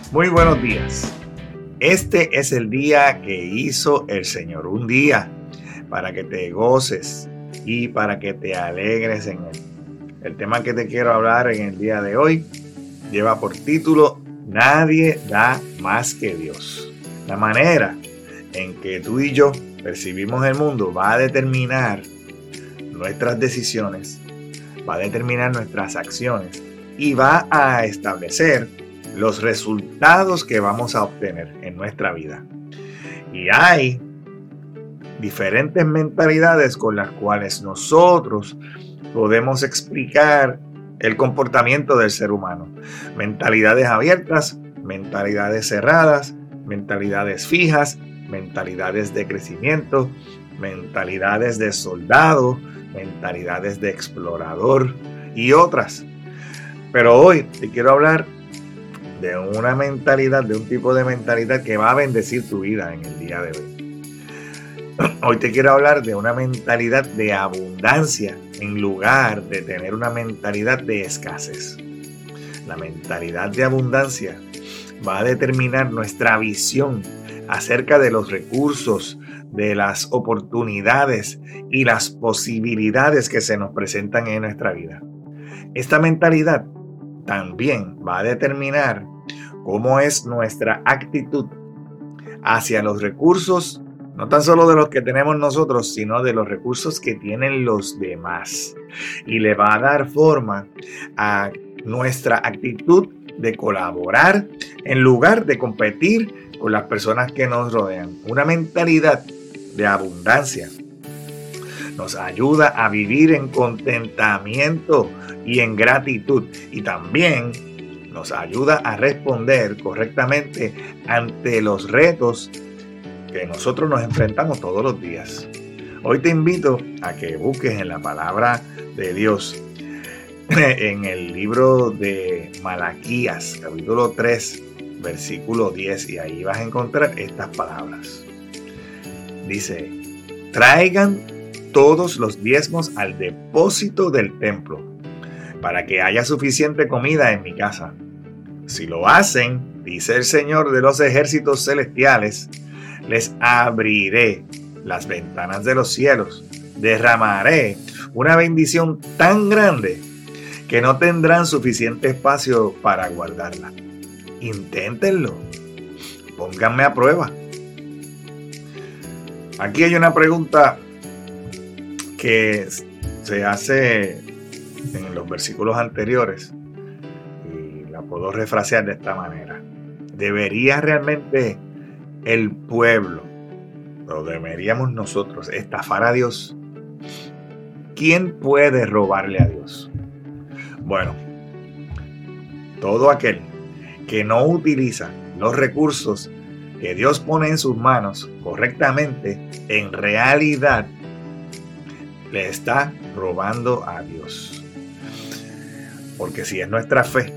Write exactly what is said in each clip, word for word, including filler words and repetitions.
Muy buenos días. Este es el día que hizo el Señor, un día para que te goces y para que te alegres en él. El tema que te quiero hablar en el día de hoy lleva por título Nadie da más que Dios. La manera en que tú y yo percibimos el mundo va a determinar nuestras decisiones, va a determinar nuestras acciones y va a establecer los resultados que vamos a obtener en nuestra vida. Y hay diferentes mentalidades con las cuales nosotros podemos explicar el comportamiento del ser humano. Mentalidades abiertas, mentalidades cerradas, mentalidades fijas, mentalidades de crecimiento, mentalidades de soldado, mentalidades de explorador y otras. Pero hoy te quiero hablar de una mentalidad, de un tipo de mentalidad que va a bendecir tu vida en el día de hoy. Hoy te quiero hablar de una mentalidad de abundancia en lugar de tener una mentalidad de escasez. La mentalidad de abundancia va a determinar nuestra visión acerca de los recursos, de las oportunidades y las posibilidades que se nos presentan en nuestra vida. Esta mentalidad también va a determinar cómo es nuestra actitud hacia los recursos, no tan solo de los que tenemos nosotros, sino de los recursos que tienen los demás. Y le va a dar forma a nuestra actitud de colaborar en lugar de competir con las personas que nos rodean. Una mentalidad de abundancia nos ayuda a vivir en contentamiento y en gratitud, y también nos ayuda a responder correctamente ante los retos que nosotros nos enfrentamos todos los días. Hoy te invito a que busques en la palabra de Dios, en el libro de Malaquías, capítulo tres, versículo diez, y ahí vas a encontrar estas palabras. Dice: traigan todos los diezmos al depósito del templo, para que haya suficiente comida en mi casa. Si lo hacen, dice el Señor de los ejércitos celestiales, les abriré las ventanas de los cielos, derramaré una bendición tan grande que no tendrán suficiente espacio para guardarla. Inténtenlo, pónganme a prueba. Aquí hay una pregunta que se hace en los versículos anteriores y la puedo refrasear de esta manera: ¿debería realmente el pueblo, o deberíamos nosotros, estafar a Dios? ¿Quién puede robarle a Dios? Bueno, todo aquel que no utiliza los recursos que Dios pone en sus manos correctamente, en realidad le está robando a Dios. Porque si es nuestra fe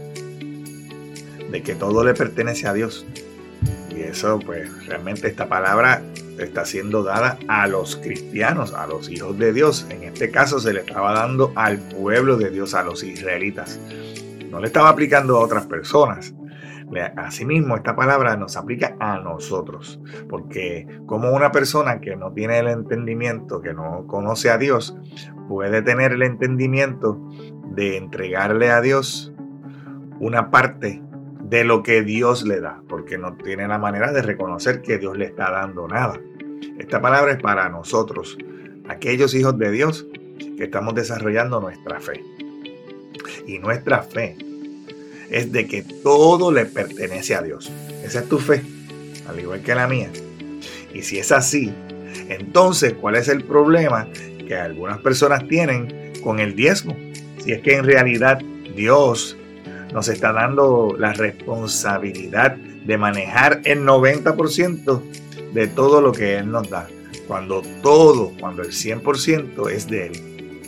de que todo le pertenece a Dios, y eso pues realmente esta palabra está siendo dada a los cristianos, a los hijos de Dios. En este caso se le estaba dando al pueblo de Dios, a los israelitas. No le estaba aplicando a otras personas. Asimismo, esta palabra nos aplica a nosotros, porque como una persona que no tiene el entendimiento, que no conoce a Dios, puede tener el entendimiento de entregarle a Dios una parte de lo que Dios le da, porque no tiene la manera de reconocer que Dios le está dando nada. Esta palabra es para nosotros, aquellos hijos de Dios que estamos desarrollando nuestra fe. Y nuestra fe es de que todo le pertenece a Dios. Esa es tu fe, al igual que la mía. Y si es así, entonces, ¿cuál es el problema que algunas personas tienen con el diezmo? Si es que en realidad Dios nos está dando la responsabilidad de manejar el noventa por ciento de todo lo que Él nos da, cuando todo, cuando el cien por ciento es de Él.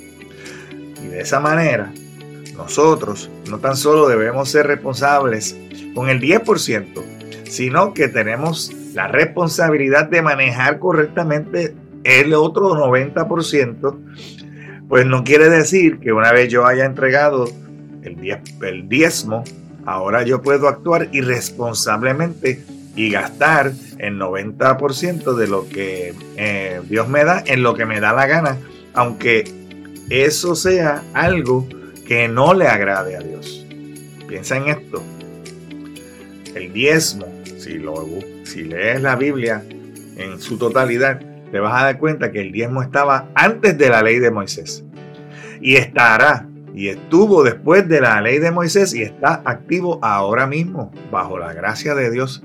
Y de esa manera, nosotros no tan solo debemos ser responsables con el diez por ciento, sino que tenemos la responsabilidad de manejar correctamente el otro noventa por ciento. Pues no quiere decir que una vez yo haya entregado el, diez, el diezmo ahora yo puedo actuar irresponsablemente y gastar el noventa por ciento de lo que eh, Dios me da en lo que me da la gana, aunque eso sea algo que no le agrade a Dios. Piensa en esto. El diezmo, si, lo, si lees la Biblia en su totalidad, te vas a dar cuenta que el diezmo estaba antes de la ley de Moisés. Y estará, y estuvo después de la ley de Moisés, y está activo ahora mismo, bajo la gracia de Dios.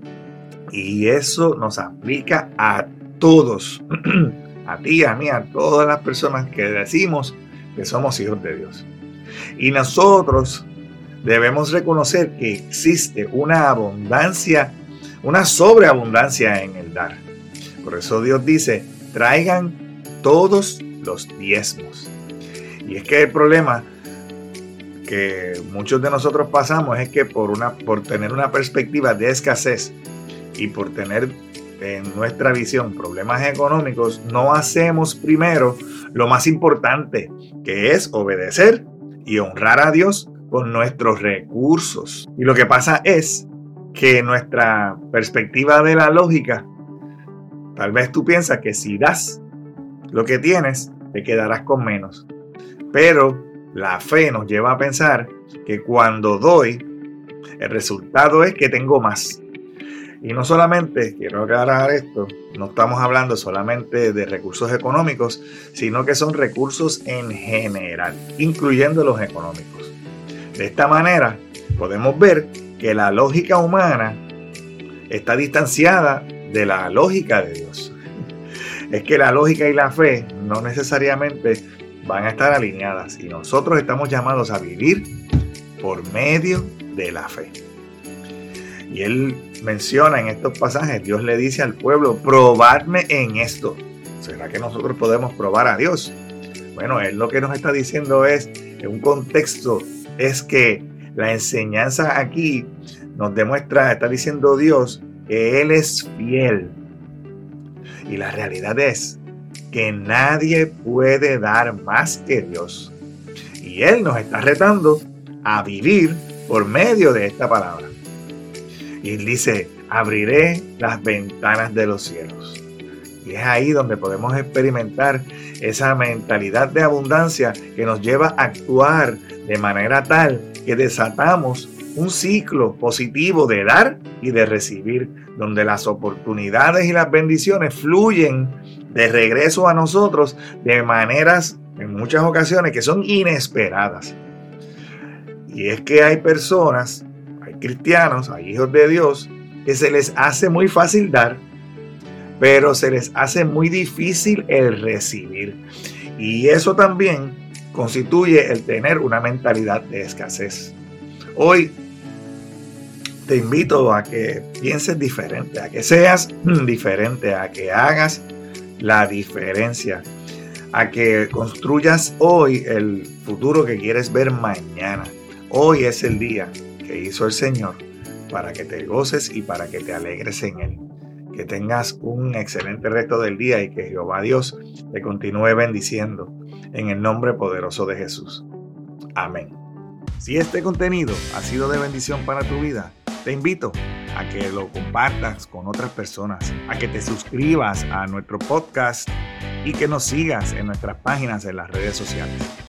Y eso nos aplica a todos, a ti, a mí, a todas las personas que decimos que somos hijos de Dios. Y nosotros debemos reconocer que existe una abundancia, una sobreabundancia en el dar. Por eso Dios dice, traigan todos los diezmos. Y es que el problema que muchos de nosotros pasamos es que por, una, por tener una perspectiva de escasez y por tener en nuestra visión problemas económicos, no hacemos primero lo más importante, que es obedecer y honrar a Dios con nuestros recursos. Y lo que pasa es que nuestra perspectiva de la lógica, tal vez tú piensas que si das lo que tienes, te quedarás con menos. Pero la fe nos lleva a pensar que cuando doy, el resultado es que tengo más. Y no solamente, quiero aclarar esto, no estamos hablando solamente de recursos económicos, sino que son recursos en general, incluyendo los económicos. De esta manera, podemos ver que la lógica humana está distanciada de la lógica de Dios. Es que la lógica y la fe no necesariamente van a estar alineadas y nosotros estamos llamados a vivir por medio de la fe. Y él menciona en estos pasajes, Dios le dice al pueblo, probadme en esto. ¿Será que nosotros podemos probar a Dios? Bueno, él lo que nos está diciendo es, en un contexto, es que la enseñanza aquí nos demuestra, está diciendo Dios, que Él es fiel. Y la realidad es que nadie puede dar más que Dios. Y Él nos está retando a vivir por medio de esta palabra. Y Él dice, abriré las ventanas de los cielos. Y es ahí donde podemos experimentar esa mentalidad de abundancia que nos lleva a actuar de manera tal que desatamos un ciclo positivo de dar y de recibir, donde las oportunidades y las bendiciones fluyen de regreso a nosotros de maneras, en muchas ocasiones, que son inesperadas. Y es que hay personas, hay cristianos, hay hijos de Dios, que se les hace muy fácil dar, pero se les hace muy difícil el recibir. Y eso también constituye el tener una mentalidad de escasez. Hoy te invito a que pienses diferente, a que seas diferente, a que hagas la diferencia, a que construyas hoy el futuro que quieres ver mañana. Hoy es el día que hizo el Señor para que te goces y para que te alegres en Él. Que tengas un excelente resto del día y que Jehová Dios te continúe bendiciendo en el nombre poderoso de Jesús. Amén. Si este contenido ha sido de bendición para tu vida, te invito a que lo compartas con otras personas, a que te suscribas a nuestro podcast y que nos sigas en nuestras páginas en las redes sociales.